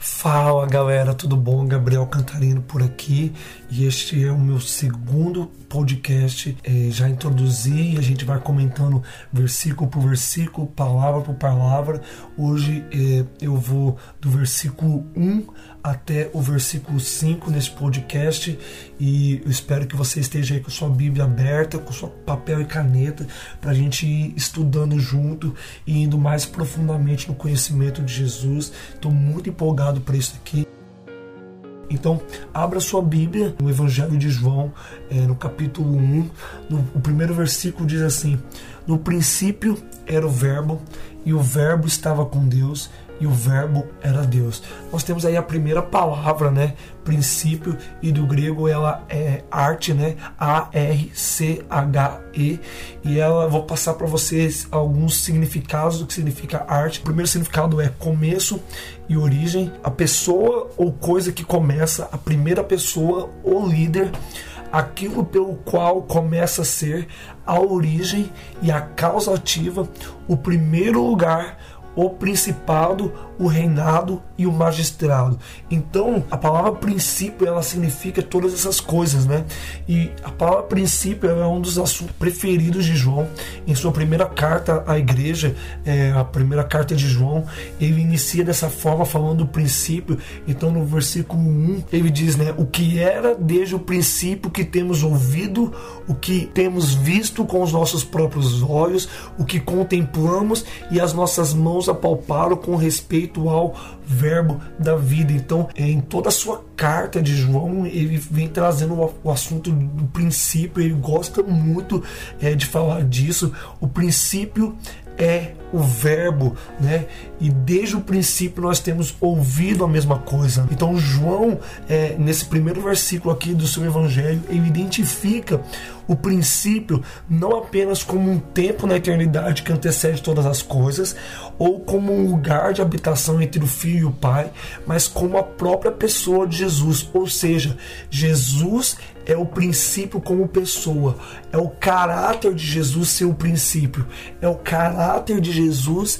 Fala galera, tudo bom? Gabriel Cantarino por aqui e este é o meu segundo podcast. Já introduzi e a gente vai comentando versículo por versículo, palavra por palavra. Hoje eu vou do versículo 1 até o versículo 5 nesse podcast e eu espero que você esteja aí com sua Bíblia aberta, com seu papel e caneta, para a gente ir estudando junto e indo mais profundamente no conhecimento de Jesus. Estou muito empolgado para isso aqui. Então, abra sua Bíblia no Evangelho de João, no capítulo 1, o primeiro versículo diz assim: no princípio era o Verbo, e o Verbo estava com Deus, e o Verbo era Deus. Nós temos aí a primeira palavra, né? Princípio, e do grego ela é arte, né? A-R-C-H-E. E ela, vou passar para vocês alguns significados do que significa arte. O primeiro significado é começo e origem. A pessoa ou coisa que começa, a primeira pessoa ou líder, aquilo pelo qual começa a ser a origem e a causa ativa, o primeiro lugar, o principado, o reinado e o magistrado. Então, a palavra princípio, ela significa todas essas coisas, né? E a palavra princípio é um dos assuntos preferidos de João. Em sua primeira carta à igreja, a primeira carta de João, ele inicia dessa forma, falando do princípio. Então, no versículo 1, ele diz, né? O que era desde o princípio, que temos ouvido, o que temos visto com os nossos próprios olhos, o que contemplamos e as nossas mãos apalparam com respeito ao verbo da vida. Então, em toda a sua carta de João, ele vem trazendo o assunto do princípio. Ele gosta muito de falar disso. O princípio é o verbo, né? E desde o princípio nós temos ouvido a mesma coisa. Então João, nesse primeiro versículo aqui do seu evangelho, ele identifica o princípio não apenas como um tempo na eternidade que antecede todas as coisas, ou como um lugar de habitação entre o Filho e o Pai, mas como a própria pessoa de Jesus. Ou seja, Jesus é o princípio como pessoa, é o caráter de Jesus ser o princípio, é o caráter de Jesus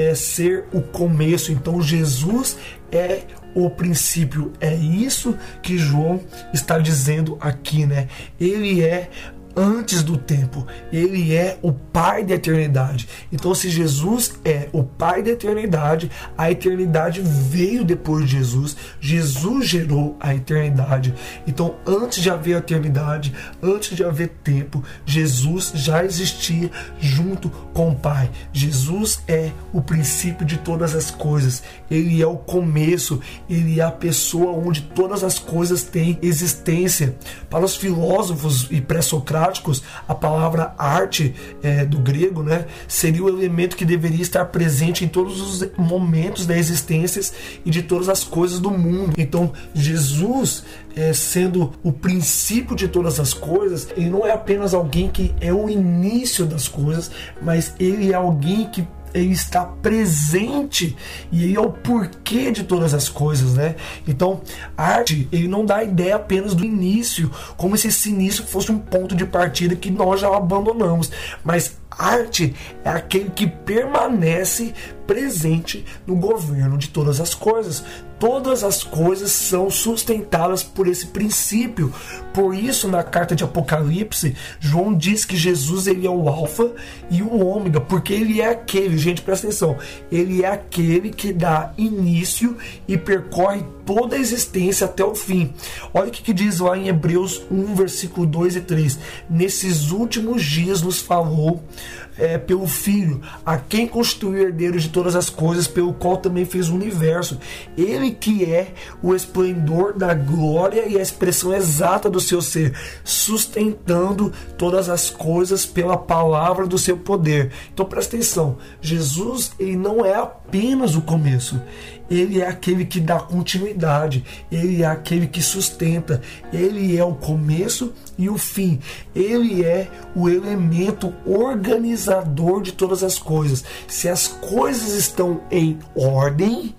ser o começo. Então Jesus é o princípio. É isso que João está dizendo aqui, né? Ele é antes do tempo, ele é o Pai da eternidade. Então, se Jesus é o Pai da eternidade, a eternidade veio depois de Jesus. Jesus gerou a eternidade. Então, antes de haver a eternidade, antes de haver tempo, Jesus já existia junto com o Pai. Jesus é o princípio de todas as coisas. Ele é o começo, ele é a pessoa onde todas as coisas têm existência. Para os filósofos e pré-socráticos, a palavra arte do grego, né, seria o elemento que deveria estar presente em todos os momentos da existência e de todas as coisas do mundo. Então Jesus, sendo o princípio de todas as coisas, ele não é apenas alguém que é o início das coisas, mas ele é alguém que ele está presente e ele é o porquê de todas as coisas, né? Então, a arte, ele não dá a ideia apenas do início, como se esse início fosse um ponto de partida que nós já abandonamos, mas arte é aquele que permanece presente no governo de todas as coisas. Todas as coisas são sustentadas por esse princípio. Por isso, na carta de Apocalipse, João diz que Jesus, ele é o alfa e o ômega, porque ele é aquele, gente, presta atenção, ele é aquele que dá início e percorre toda a existência até o fim. Olha o que diz lá em Hebreus 1, versículo 2 e 3. Nesses últimos dias nos falou pelo Filho, a quem constituiu herdeiros de todas as coisas, pelo qual também fez o universo. Ele que é o esplendor da glória e a expressão exata do seu ser, sustentando todas as coisas pela palavra do seu poder. Então presta atenção, Jesus, ele não é apenas o começo, ele é aquele que dá continuidade, ele é aquele que sustenta, ele é o começo e o fim, ele é o elemento organizador de todas as coisas. Se as coisas estão em ordem,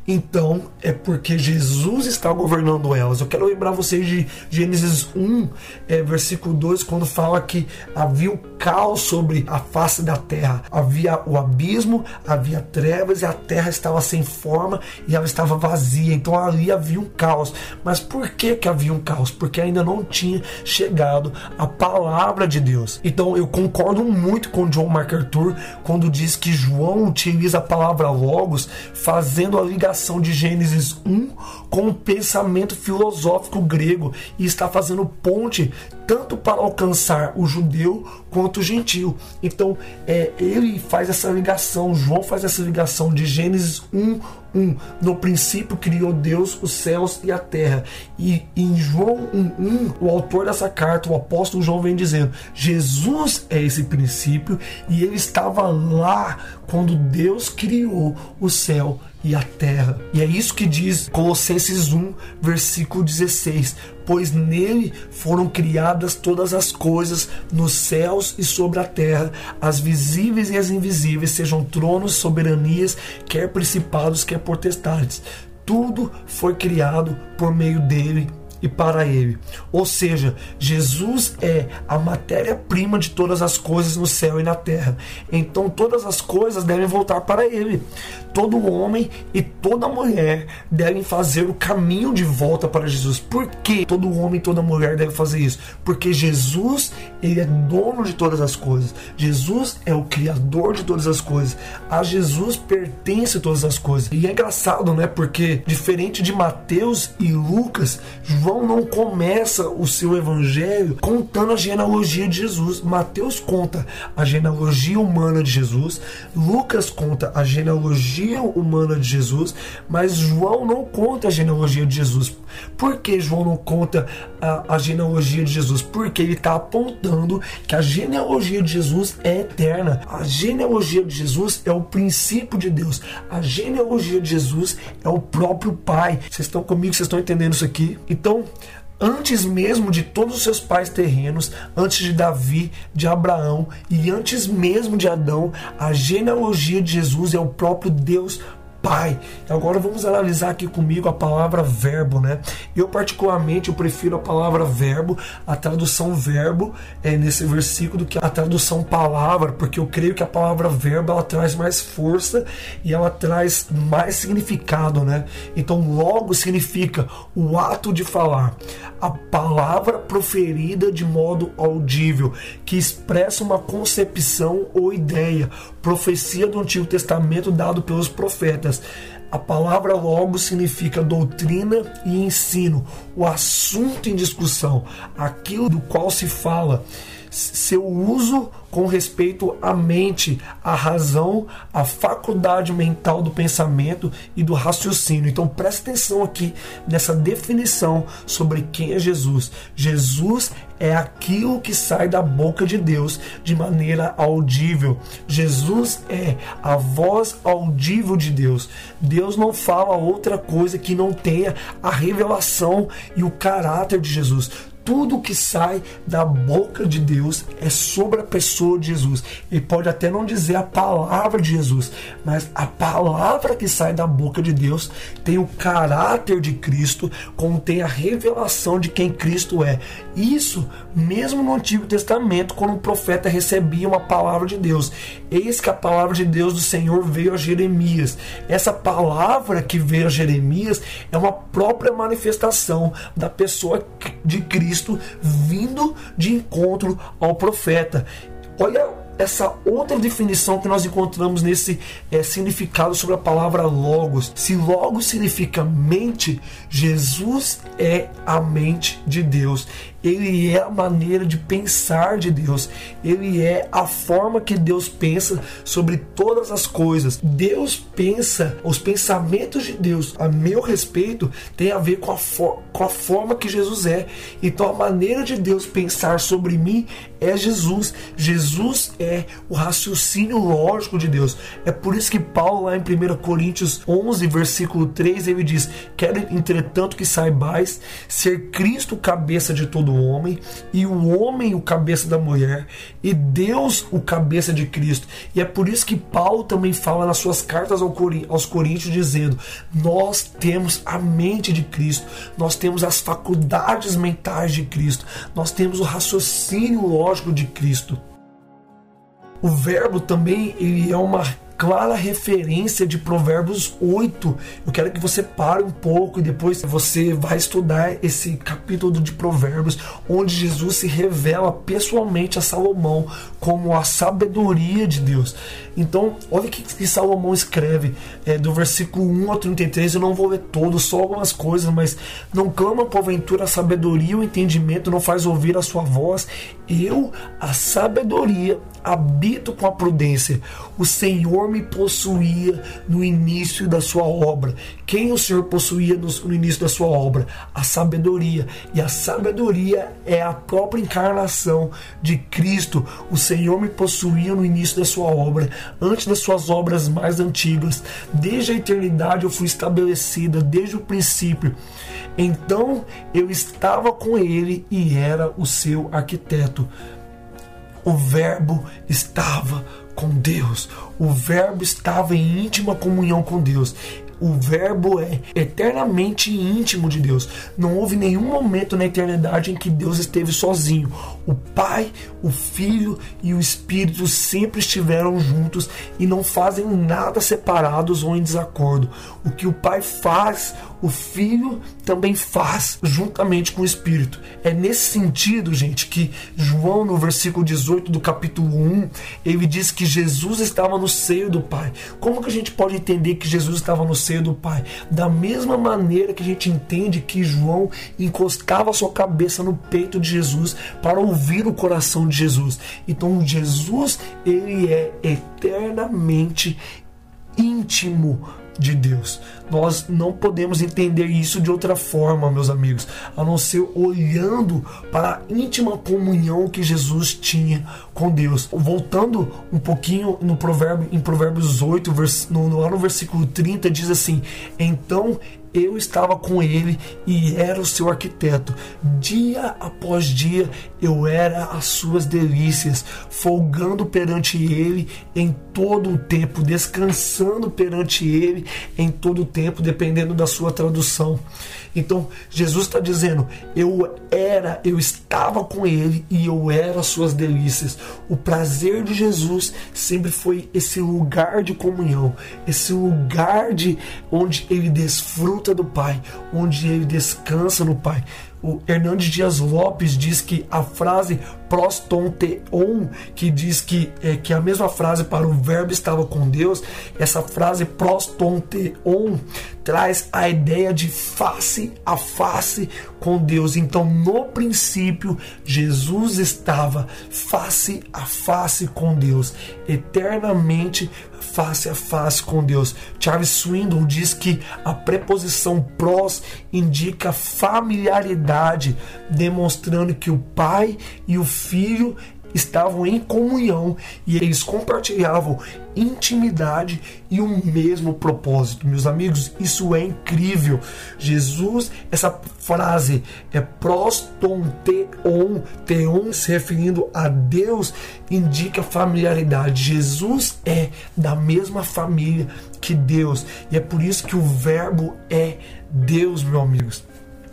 então é porque Jesus está governando elas. Eu quero lembrar vocês de Gênesis 1, versículo 2, quando fala que havia o caos sobre a face da terra. Havia o abismo, havia trevas e a terra estava sem forma e ela estava vazia. Então ali havia um caos. Mas por que havia um caos? Porque ainda não tinha chegado a palavra de Deus. Então eu concordo muito com John MacArthur quando diz que João utiliza a palavra logos, fazendo a ligação de Gênesis 1 com o pensamento filosófico grego, e está fazendo ponte tanto para alcançar o judeu quanto o gentio. Então ele faz essa ligação, João faz essa ligação de Gênesis 1:1. No princípio criou Deus os céus e a terra. E em João 1:1, o autor dessa carta, o apóstolo João, vem dizendo: Jesus é esse princípio, e ele estava lá quando Deus criou o céu e a terra. E é isso que diz Colossenses 1, versículo 16: pois nele foram criadas todas as coisas nos céus e sobre a terra, as visíveis e as invisíveis, sejam tronos, soberanias, quer principados, quer potestades. Tudo foi criado por meio dele e para ele. Ou seja, Jesus é a matéria-prima de todas as coisas no céu e na terra. Então todas as coisas devem voltar para ele. Todo homem e toda mulher devem fazer o caminho de volta para Jesus. Por que todo homem e toda mulher devem fazer isso? Porque Jesus, ele é dono de todas as coisas. Jesus é o criador de todas as coisas. A Jesus pertence todas as coisas. E é engraçado, né? Porque diferente de Mateus e Lucas, João não começa o seu evangelho contando a genealogia de Jesus. Mateus conta a genealogia humana de Jesus, Lucas conta a genealogia humana de Jesus, mas João não conta a genealogia de Jesus. Por que João não conta a genealogia de Jesus? Porque ele está apontando que a genealogia de Jesus é eterna. A genealogia de Jesus é o princípio de Deus. A genealogia de Jesus é o próprio Pai. Vocês estão comigo? Vocês estão entendendo isso aqui? Então, antes mesmo de todos os seus pais terrenos, antes de Davi, de Abraão e antes mesmo de Adão, a genealogia de Jesus é o próprio Deus Pai. Agora vamos analisar aqui comigo a palavra verbo, né? Eu particularmente prefiro a palavra verbo, a tradução verbo nesse versículo, do que a tradução palavra, porque eu creio que a palavra verbo ela traz mais força e ela traz mais significado, né? Então logo significa o ato de falar, a palavra proferida de modo audível, que expressa uma concepção ou ideia, profecia do Antigo Testamento dado pelos profetas. A palavra logos significa doutrina e ensino, o assunto em discussão, aquilo do qual se fala, seu uso com respeito à mente, à razão, à faculdade mental do pensamento e do raciocínio. Então preste atenção aqui nessa definição sobre quem é Jesus. Jesus é aquilo que sai da boca de Deus de maneira audível. Jesus é a voz audível de Deus. Deus não fala outra coisa que não tenha a revelação e o caráter de Jesus. Tudo que sai da boca de Deus é sobre a pessoa de Jesus. Ele pode até não dizer a palavra de Jesus, mas a palavra que sai da boca de Deus tem o caráter de Cristo, contém a revelação de quem Cristo é. Isso mesmo no Antigo Testamento, quando um profeta recebia uma palavra de Deus. Eis que a palavra de Deus do Senhor veio a Jeremias. Essa palavra que veio a Jeremias é uma própria manifestação da pessoa de Cristo vindo de encontro ao profeta. Olha essa outra definição que nós encontramos nesse significado sobre a palavra logos. Se logos significa mente, Jesus é a mente de Deus. Ele é a maneira de pensar de Deus. Ele é a forma que Deus pensa sobre todas as coisas. Deus pensa, os pensamentos de Deus a meu respeito tem a ver com a forma que Jesus é. Então a maneira de Deus pensar sobre mim é Jesus. Jesus é o raciocínio lógico de Deus. É por isso que Paulo, lá em 1 Coríntios 11, versículo 3, ele diz: quero, entretanto, que saibais ser Cristo o cabeça de todo homem, e o homem o cabeça da mulher, e Deus o cabeça de Cristo. E é por isso que Paulo também fala nas suas cartas aos Coríntios, dizendo: nós temos a mente de Cristo, nós temos as faculdades mentais de Cristo, nós temos o raciocínio lógico de Cristo. O verbo também, ele é uma clara referência de Provérbios 8. Eu quero que você pare um pouco e depois você vai estudar esse capítulo de Provérbios, onde Jesus se revela pessoalmente a Salomão como a sabedoria de Deus. Então, olha o que Salomão escreve do versículo 1 ao 33. Eu não vou ler todo, só algumas coisas, mas: não clama porventura a sabedoria e o entendimento não faz ouvir a sua voz? Eu, a sabedoria, habito com a prudência. O Senhor me possuía no início da sua obra. Quem o Senhor possuía no início da sua obra? A sabedoria. E a sabedoria é a própria encarnação de Cristo. O Senhor me possuía no início da sua obra, antes das suas obras mais antigas. Desde a eternidade eu fui estabelecida, desde o princípio. Então eu estava com ele e era o seu arquiteto. O Verbo estava com Deus. O Verbo estava em íntima comunhão com Deus. O Verbo é eternamente íntimo de Deus. Não houve nenhum momento na eternidade em que Deus esteve sozinho. O Pai, o Filho e o Espírito sempre estiveram juntos e não fazem nada separados ou em desacordo. O que o Pai faz, o Filho também faz juntamente com o Espírito. É nesse sentido, gente, que João, no versículo 18 do capítulo 1, ele diz que Jesus estava no seio do Pai. Como que a gente pode entender que Jesus estava no seio do Pai? Da mesma maneira que a gente entende que João encostava a sua cabeça no peito de Jesus para ouvir o coração de Jesus. Então Jesus, ele é eternamente íntimo de Deus. Nós não podemos entender isso de outra forma, meus amigos, a não ser olhando para a íntima comunhão que Jesus tinha com Deus. Voltando um pouquinho em Provérbios 8, lá no versículo 30, diz assim: então eu estava com ele e era o seu arquiteto. Dia após dia eu era as suas delícias, folgando perante ele em todo o tempo, descansando perante ele em todo o tempo, dependendo da sua tradução. Então Jesus está dizendo: eu estava com ele e eu era as suas delícias. O prazer de Jesus sempre foi esse lugar de comunhão, esse lugar onde ele desfruta do Pai, onde ele descansa no Pai. O Hernandes Dias Lopes diz que a frase prostonteon, que diz que é a mesma frase para o verbo estava com Deus, essa frase prostonteon traz a ideia de face a face com Deus. Então, no princípio, Jesus estava face a face com Deus, eternamente face a face com Deus. Charles Swindoll diz que a preposição pros indica familiaridade, demonstrando que o Pai e o Filho estavam em comunhão e eles compartilhavam intimidade e o mesmo propósito. Meus amigos, isso é incrível. Jesus, essa frase é prostonteon, teon se referindo a Deus, indica familiaridade. Jesus é da mesma família que Deus e é por isso que o Verbo é Deus, meus amigos.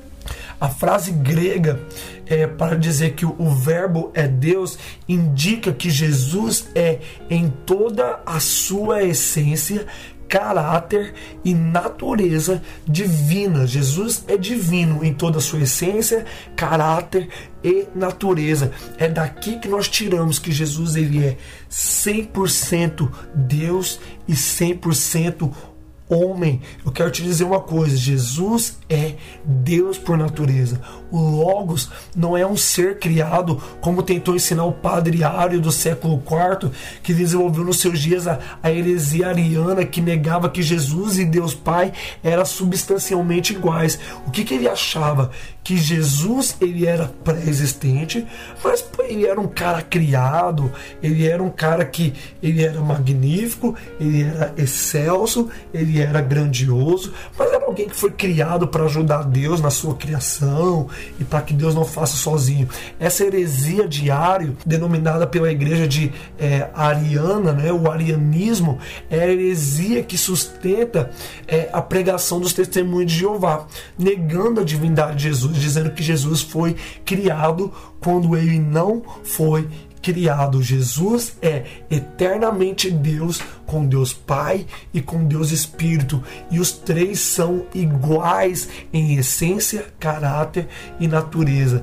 A frase grega para dizer que o Verbo é Deus indica que Jesus é em toda a sua essência, caráter e natureza divina. Jesus é divino em toda a sua essência, caráter e natureza. É daqui que nós tiramos que Jesus ele é 100% Deus e 100% homem. Eu quero te dizer uma coisa: Jesus é Deus por natureza. O Logos não é um ser criado, como tentou ensinar o padre Ário do século IV, que desenvolveu nos seus dias a heresia ariana, que negava que Jesus e Deus Pai eram substancialmente iguais. O que ele achava? Que Jesus ele era pré-existente, mas ele era um cara criado, ele era um cara que ele era magnífico, ele era excelso, ele era grandioso, mas era alguém que foi criado para ajudar Deus na sua criação e para que Deus não faça sozinho. Essa heresia de Ário, denominada pela igreja de ariana, né, o arianismo, é a heresia que sustenta a pregação dos testemunhos de Jeová, negando a divindade de Jesus, dizendo que Jesus foi criado quando ele não foi criado. Jesus é eternamente Deus, com Deus Pai e com Deus Espírito, e os três são iguais em essência, caráter e natureza.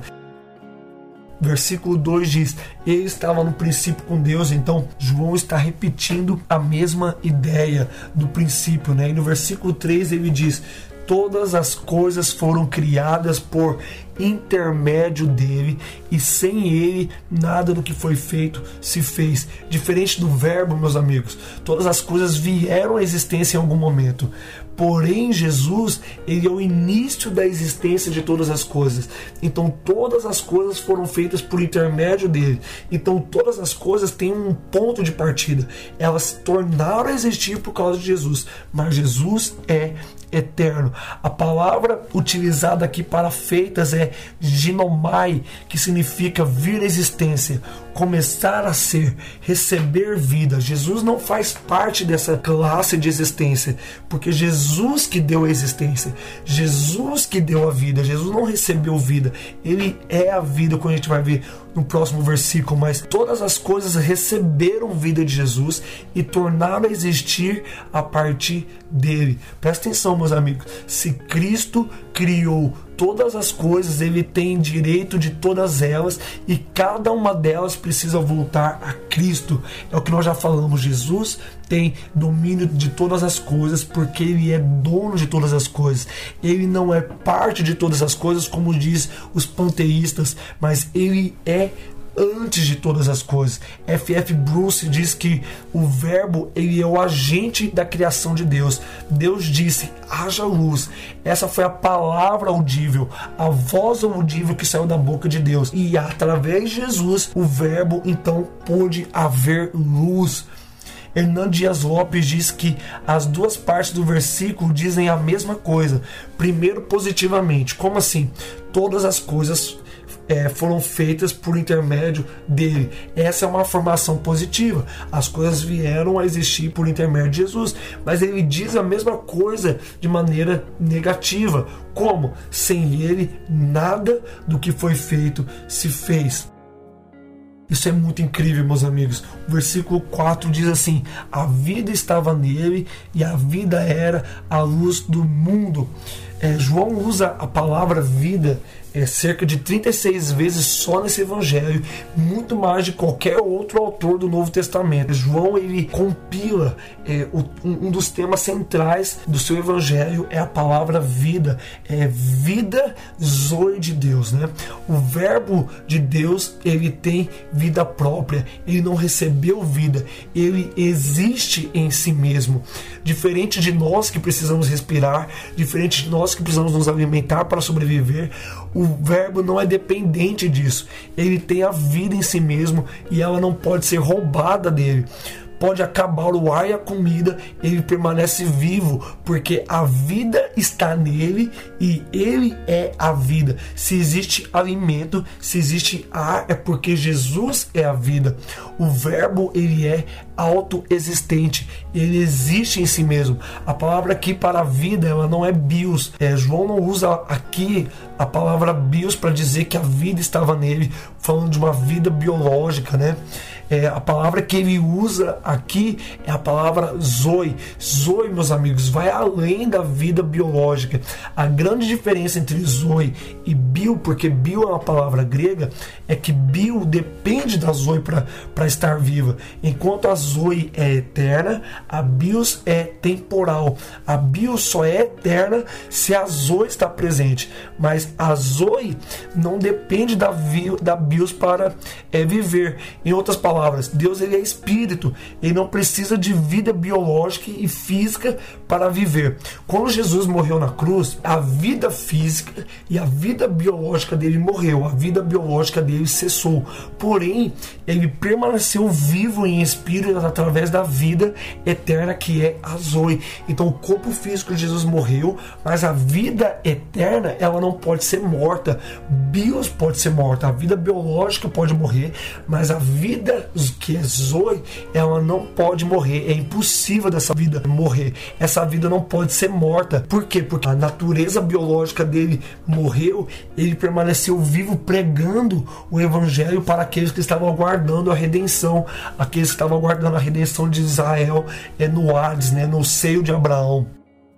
Versículo 2 diz: ele estava no princípio com Deus. Então João está repetindo a mesma ideia do princípio, né? E no versículo 3 ele diz: todas as coisas foram criadas por intermédio dele, e sem ele nada do que foi feito se fez. Diferente do verbo, meus amigos, todas as coisas vieram à existência em algum momento. Porém, Jesus, ele é o início da existência de todas as coisas. Então, todas as coisas foram feitas por intermédio dele. Então, todas as coisas têm um ponto de partida. Elas tornaram a existir por causa de Jesus. Mas Jesus é eterno. A palavra utilizada aqui para feitas é ginomai, que significa vir à existência, começar a ser, receber vida. Jesus não faz parte dessa classe de existência, porque Jesus que deu a existência, Jesus que deu a vida. Jesus não recebeu vida, ele é a vida, como a gente vai ver no próximo versículo. Mas todas as coisas receberam vida de Jesus e tornaram a existir a partir dele. Presta atenção, meus amigos, se Cristo criou todas as coisas, ele tem direito de todas elas, e cada uma delas precisa voltar a Cristo. É o que nós já falamos. Jesus tem domínio de todas as coisas, porque ele é dono de todas as coisas. Ele não é parte de todas as coisas, como diz os panteístas, mas ele é antes de todas as coisas. F.F. Bruce diz que o verbo, ele é o agente da criação de Deus. Deus disse: haja luz. Essa foi a palavra audível, a voz audível que saiu da boca de Deus. E através de Jesus, o verbo então pôde haver luz. Hernando Dias Lopes diz que as duas partes do versículo dizem a mesma coisa. Primeiro, positivamente. Como assim? Todas as coisas foram feitas por intermédio dele. Essa é uma afirmação positiva. As coisas vieram a existir por intermédio de Jesus. Mas ele diz a mesma coisa de maneira negativa. Como? Sem ele, nada do que foi feito se fez. Isso é muito incrível, meus amigos. O versículo 4 diz assim: a vida estava nele e a vida era a luz do mundo. João usa a palavra vida cerca de 36 vezes só nesse evangelho, muito mais de qualquer outro autor do Novo Testamento. João, ele compila um dos temas centrais do seu evangelho é a palavra vida, vida zoe de Deus, né? O verbo de Deus, ele tem vida própria, ele não recebeu vida, ele existe em si mesmo. Diferente de nós que precisamos respirar, diferente de nós que precisamos nos alimentar para sobreviver, o verbo não é dependente disso. Ele tem a vida em si mesmo e ela não pode ser roubada dele. Pode acabar o ar e a comida, ele permanece vivo, porque a vida está nele e ele é a vida. Se existe alimento, se existe ar, é porque Jesus é a vida. O verbo, ele é autoexistente, ele existe em si mesmo. A palavra aqui para a vida, ela não é bios. João não usa aqui a palavra bios para dizer que a vida estava nele, falando de uma vida biológica, né? A palavra que ele usa aqui é a palavra zoe. Zoe, meus amigos, vai além da vida biológica. A grande diferença entre zoe e bio, porque bio é uma palavra grega, é que bio depende da zoe para estar viva. Enquanto a zoe é eterna, a bios é temporal. A bios só é eterna se a zoe está presente, mas a zoe não depende da bios para viver. Em outras palavras, Deus ele é espírito, ele não precisa de vida biológica e física para viver. Quando Jesus morreu na cruz, a vida física e a vida biológica dele morreu, a vida biológica dele cessou, porém ele permaneceu vivo em espírito através da vida eterna que é a zoe. Então o corpo físico de Jesus morreu, mas a vida eterna ela não pode ser morta. Bios pode ser morta, a vida biológica pode morrer, mas a vida que é zoe, ela não pode morrer. É impossível dessa vida morrer. Essa vida não pode ser morta. Por quê? Porque a natureza biológica dele morreu, ele permaneceu vivo pregando o evangelho para aqueles que estavam aguardando a redenção, aqueles que estavam aguardando a redenção de Israel no Hades, no seio de Abraão.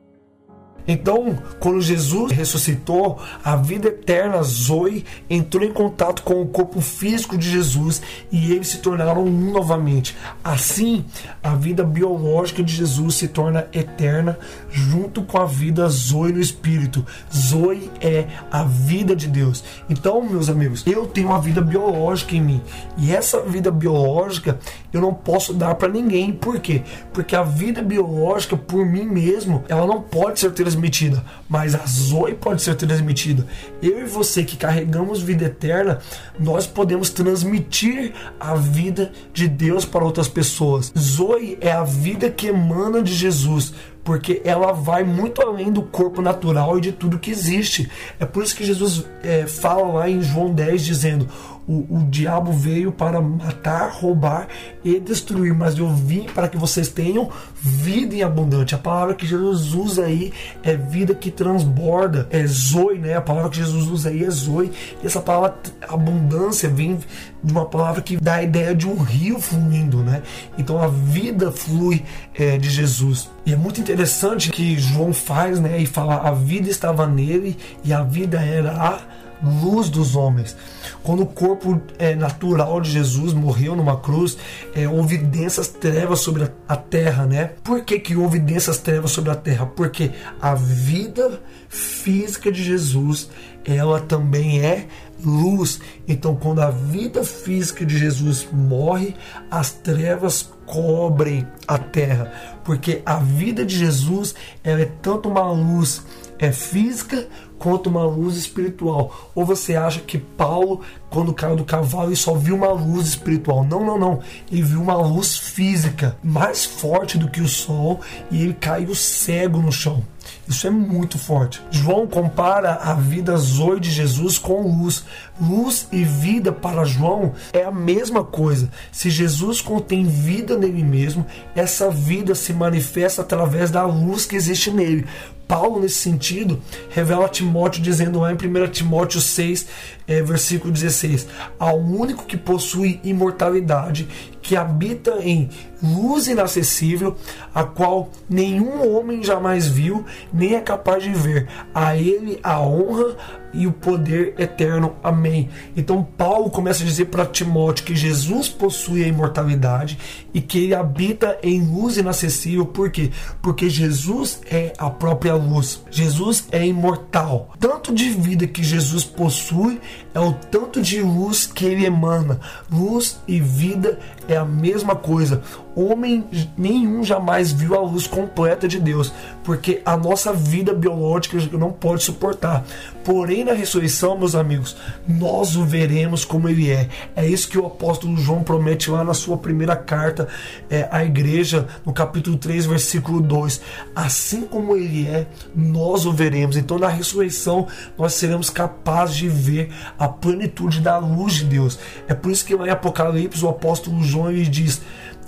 Então, quando Jesus ressuscitou, a vida eterna, Zoe, entrou em contato com o corpo físico de Jesus e eles se tornaram um novamente. Assim, a vida biológica de Jesus se torna eterna junto com a vida Zoe no Espírito. Zoe é a vida de Deus. Então, meus amigos, eu tenho uma vida biológica em mim e essa vida biológica eu não posso dar para ninguém. Por quê? Porque a vida biológica por mim mesmo, ela não pode ser transmitida, mas a Zoe pode ser transmitida. Eu e você que carregamos vida eterna, nós podemos transmitir a vida de Deus para outras pessoas. Zoe é a vida que emana de Jesus, porque ela vai muito além do corpo natural e de tudo que existe. É por isso que Jesus fala lá em João 10, dizendo: o diabo veio para matar, roubar e destruir, mas eu vim para que vocês tenham vida em abundante. A palavra que Jesus usa aí é vida que transborda, é Zoe, a palavra que Jesus usa aí é Zoe. E essa palavra abundância vem de uma palavra que dá a ideia de um rio fluindo, Então a vida flui de Jesus. E é muito interessante que João faz, e fala: a vida estava nele e a vida era a luz dos homens. Quando o corpo natural de Jesus morreu numa cruz, houve densas trevas sobre a terra, Por que houve densas trevas sobre a terra? Porque a vida física de Jesus, ela também é luz. Então, quando a vida física de Jesus morre, as trevas cobrem a terra, porque a vida de Jesus, ela é tanto uma luz física quanto uma luz espiritual. Ou você acha que Paulo, quando caiu do cavalo, ele só viu uma luz espiritual? Não. Ele viu uma luz física mais forte do que o sol e ele caiu cego no chão. Isso é muito forte. João compara a vida Zoe de Jesus com luz. Luz e vida para João é a mesma coisa. Se Jesus contém vida nele mesmo, essa vida se manifesta através da luz que existe nele. Paulo, nesse sentido, revela a Timóteo dizendo lá em 1 Timóteo 6, versículo 16: ao único que possui imortalidade, que habita em luz inacessível, a qual nenhum homem jamais viu, nem é capaz de ver, a ele a honra e o poder eterno. Amém. Então Paulo começa a dizer para Timóteo que Jesus possui a imortalidade e que ele habita em luz inacessível. Por quê? Porque Jesus é a própria luz. Jesus é imortal. Tanto de vida que Jesus possui é o tanto de luz que ele emana. Luz e vida é a mesma coisa. Homem nenhum jamais viu a luz completa de Deus, porque a nossa vida biológica não pode suportar. Porém, na ressurreição, meus amigos, nós o veremos como ele é. É isso que o apóstolo João promete lá na sua primeira carta à igreja, no capítulo 3, versículo 2. Assim como ele é, nós o veremos. Então, na ressurreição, nós seremos capazes de ver a plenitude da luz de Deus. É por isso que lá em Apocalipse, o apóstolo João ele diz: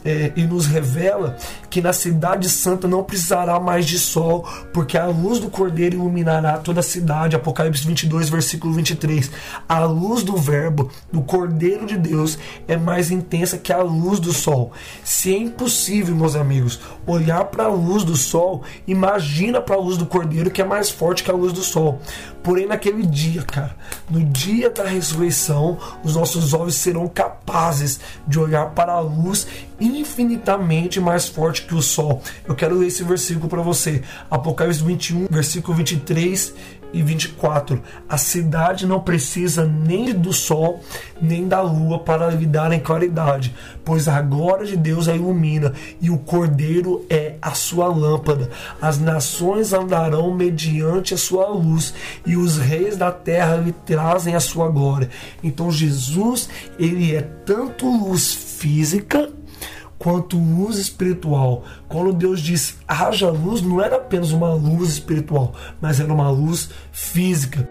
e nos revela que na cidade santa não precisará mais de sol, porque a luz do Cordeiro iluminará toda a cidade. Apocalipse 22, versículo 23. A luz do verbo, do Cordeiro de Deus, é mais intensa que a luz do sol. Se é impossível, meus amigos, olhar para a luz do sol, imagina para a luz do Cordeiro, que é mais forte que a luz do sol. Porém, naquele dia, cara, no dia da ressurreição, os nossos olhos serão capazes de olhar para a luz infinitamente mais forte que o sol. Eu quero ler esse versículo para você. Apocalipse 21, versículo 23 e 24. A cidade não precisa nem do sol nem da lua para lhe darem claridade, pois a glória de Deus a ilumina e o Cordeiro é a sua lâmpada. As nações andarão mediante a sua luz e os reis da terra lhe trazem a sua glória. Então Jesus, ele é tanto luz física quanto luz espiritual. Quando Deus disse haja luz, não era apenas uma luz espiritual, mas era uma luz física.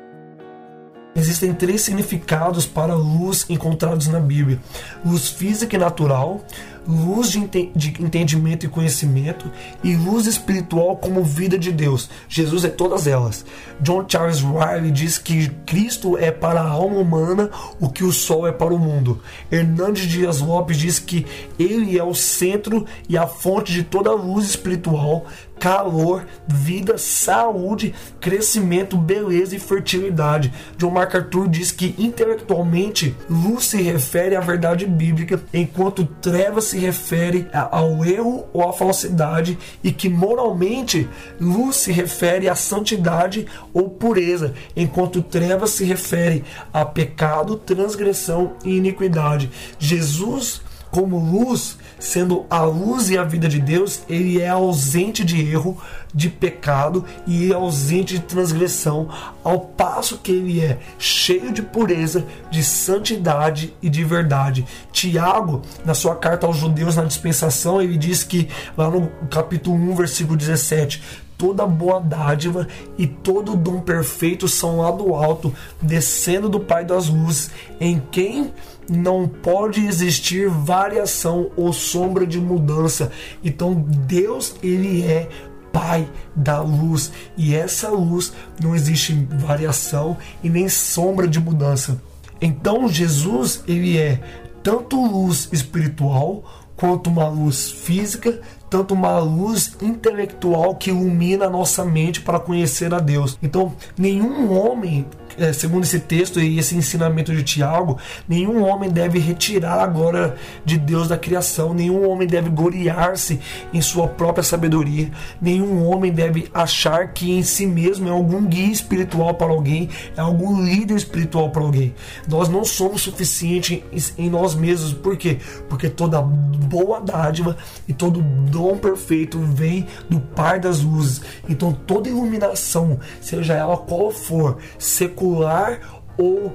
Existem 3 significados para luz encontrados na Bíblia: luz física e natural, luz de entendimento e conhecimento, e luz espiritual como vida de Deus. Jesus é todas elas. John Charles Riley diz que Cristo é para a alma humana o que o sol é para o mundo. Hernandes Dias Lopes diz que ele é o centro e a fonte de toda a luz espiritual, calor, vida, saúde, crescimento, beleza e fertilidade. John MacArthur diz que intelectualmente luz se refere à verdade bíblica, enquanto trevas se refere ao erro ou à falsidade, e que moralmente luz se refere à santidade ou pureza, enquanto trevas se refere a pecado, transgressão e iniquidade. Jesus, como luz, sendo a luz e a vida de Deus, ele é ausente de erro, de pecado e é ausente de transgressão, ao passo que ele é cheio de pureza, de santidade e de verdade. Tiago, na sua carta aos judeus na dispensação, ele diz que, lá no capítulo 1, versículo 17, toda boa dádiva e todo dom perfeito são lá do alto, descendo do Pai das luzes, em quem não pode existir variação ou sombra de mudança. Então Deus, ele é Pai da luz, e essa luz não existe variação e nem sombra de mudança. Então Jesus, ele é tanto luz espiritual quanto uma luz física, tanto uma luz intelectual que ilumina a nossa mente para conhecer a Deus. Então, nenhum homem, segundo esse texto e esse ensinamento de Tiago, nenhum homem deve retirar a glória de Deus da criação, nenhum homem deve gloriar-se em sua própria sabedoria, nenhum homem deve achar que em si mesmo é algum guia espiritual para alguém, é algum líder espiritual para alguém. Nós não somos suficientes em nós mesmos. Por quê? Porque toda boa dádiva e todo dom perfeito vem do Pai das luzes. Então toda iluminação, seja ela qual for, secular ou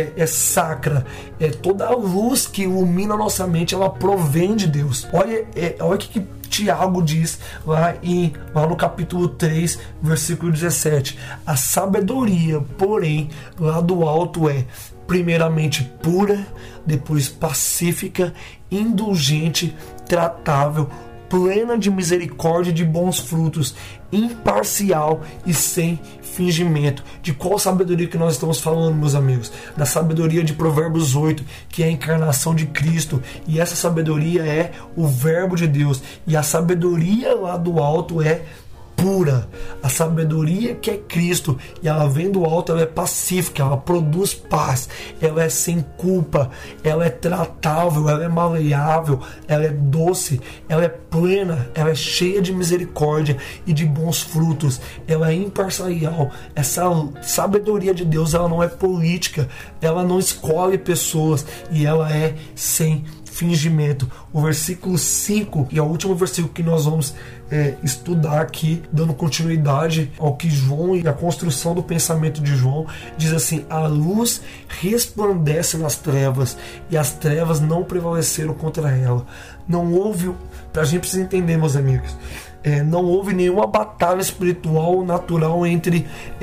sacra, toda a luz que ilumina a nossa mente, ela provém de Deus. Olha o que Tiago diz lá no capítulo 3, versículo 17. A sabedoria, porém, lá do alto é primeiramente pura, depois pacífica, indulgente, tratável, plena de misericórdia e de bons frutos, imparcial e sem fingimento. De qual sabedoria que nós estamos falando, meus amigos? Da sabedoria de Provérbios 8, que é a encarnação de Cristo, e essa sabedoria é o verbo de Deus, e a sabedoria lá do alto é pura. A sabedoria que é Cristo, e ela vem do alto, ela é pacífica, ela produz paz, ela é sem culpa, ela é tratável, ela é maleável, ela é doce, ela é plena, ela é cheia de misericórdia e de bons frutos, ela é imparcial. Essa sabedoria de Deus, ela não é política, ela não escolhe pessoas, e ela é sem fingimento. O versículo 5, e é o último versículo que nós vamos estudar aqui, dando continuidade ao que João e a construção do pensamento de João, diz assim: a luz resplandece nas trevas e as trevas não prevaleceram contra ela. Não houve, a gente precisa entender, meus amigos, não houve nenhuma batalha espiritual ou natural entre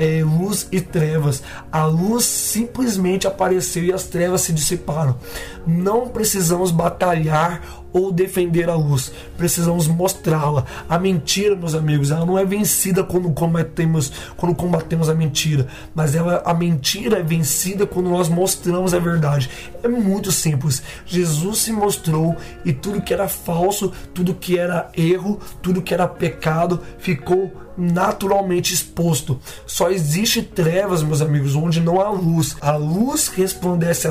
luz e trevas. A luz simplesmente apareceu e as trevas se dissiparam. Não precisamos batalhar ou defender a luz, precisamos mostrá-la. A mentira, meus amigos, ela não é vencida quando combatemos a mentira, mas a mentira é vencida quando nós mostramos a verdade. É muito simples. Jesus se mostrou e tudo que era falso, tudo que era erro, tudo que era pecado ficou naturalmente exposto. Só existe trevas, meus amigos, onde não há luz. A luz resplandece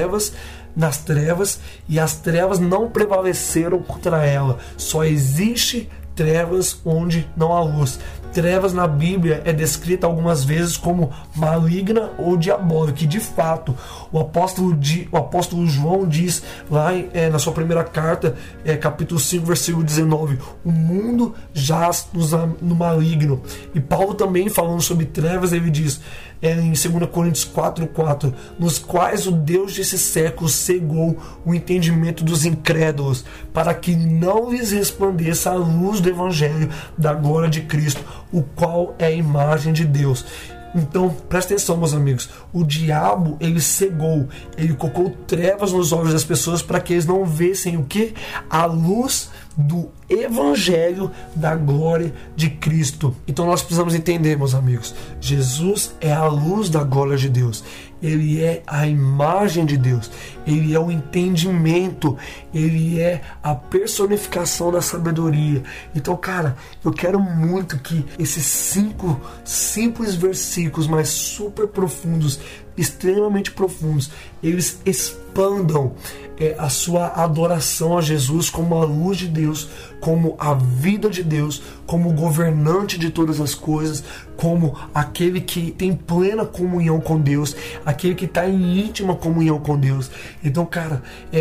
nas trevas, e as trevas não prevaleceram contra ela. Só existe trevas onde não há luz. Trevas na Bíblia é descrita algumas vezes como maligna ou diabólica, que de fato o apóstolo João diz lá na sua primeira carta, capítulo 5, versículo 19, o mundo jaz no maligno. E Paulo também, falando sobre trevas, ele diz em 2 Coríntios 4:4, nos quais o Deus desse século cegou o entendimento dos incrédulos, para que não lhes resplandeça a luz do evangelho da glória de Cristo, o qual é a imagem de Deus. Então, presta atenção, meus amigos. O diabo, ele cegou, ele colocou trevas nos olhos das pessoas para que eles não vissem o que? A luz do evangelho da glória de Cristo. Então nós precisamos entender, meus amigos, Jesus é a luz da glória de Deus. Ele é a imagem de Deus, ele é o entendimento, ele é a personificação da sabedoria. Então, cara, eu quero muito que esses 5 simples versículos, mas super profundos, extremamente profundos, eles expandam a sua adoração a Jesus como a luz de Deus, como a vida de Deus, como o governante de todas as coisas, como aquele que tem plena comunhão com Deus, aquele que está em íntima comunhão com Deus. Então, cara,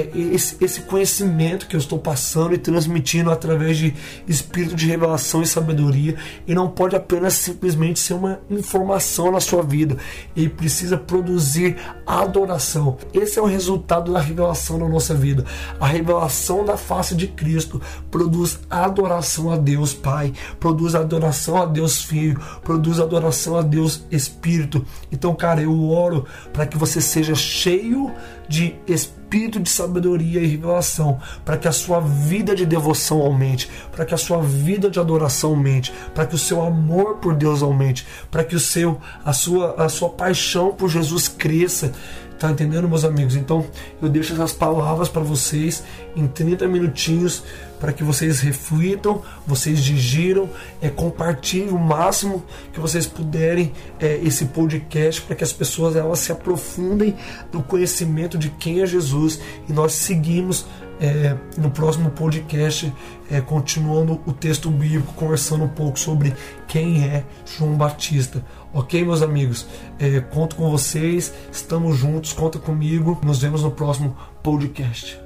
esse conhecimento que eu estou passando e transmitindo através de espírito de revelação e sabedoria, ele não pode apenas simplesmente ser uma informação na sua vida, ele precisa produzir adoração. Esse é o resultado da revelação na nossa vida. A revelação da face de Cristo produz adoração a Deus Pai, produz adoração a Deus Filho, produz adoração a Deus Espírito. Então, cara, eu oro para que você seja cheio de espírito de sabedoria e revelação, para que a sua vida de devoção aumente, para que a sua vida de adoração aumente, para que o seu amor por Deus aumente, para que a sua paixão por Jesus cresça. Tá entendendo, meus amigos? Então eu deixo essas palavras para vocês em 30 minutinhos, para que vocês reflitam, vocês digiram, compartilhem o máximo que vocês puderem esse podcast, para que as pessoas elas se aprofundem no conhecimento de quem é Jesus. E nós seguimos no próximo podcast, continuando o texto bíblico, conversando um pouco sobre quem é João Batista. Ok, meus amigos? Conto com vocês, estamos juntos, conta comigo. Nos vemos no próximo podcast.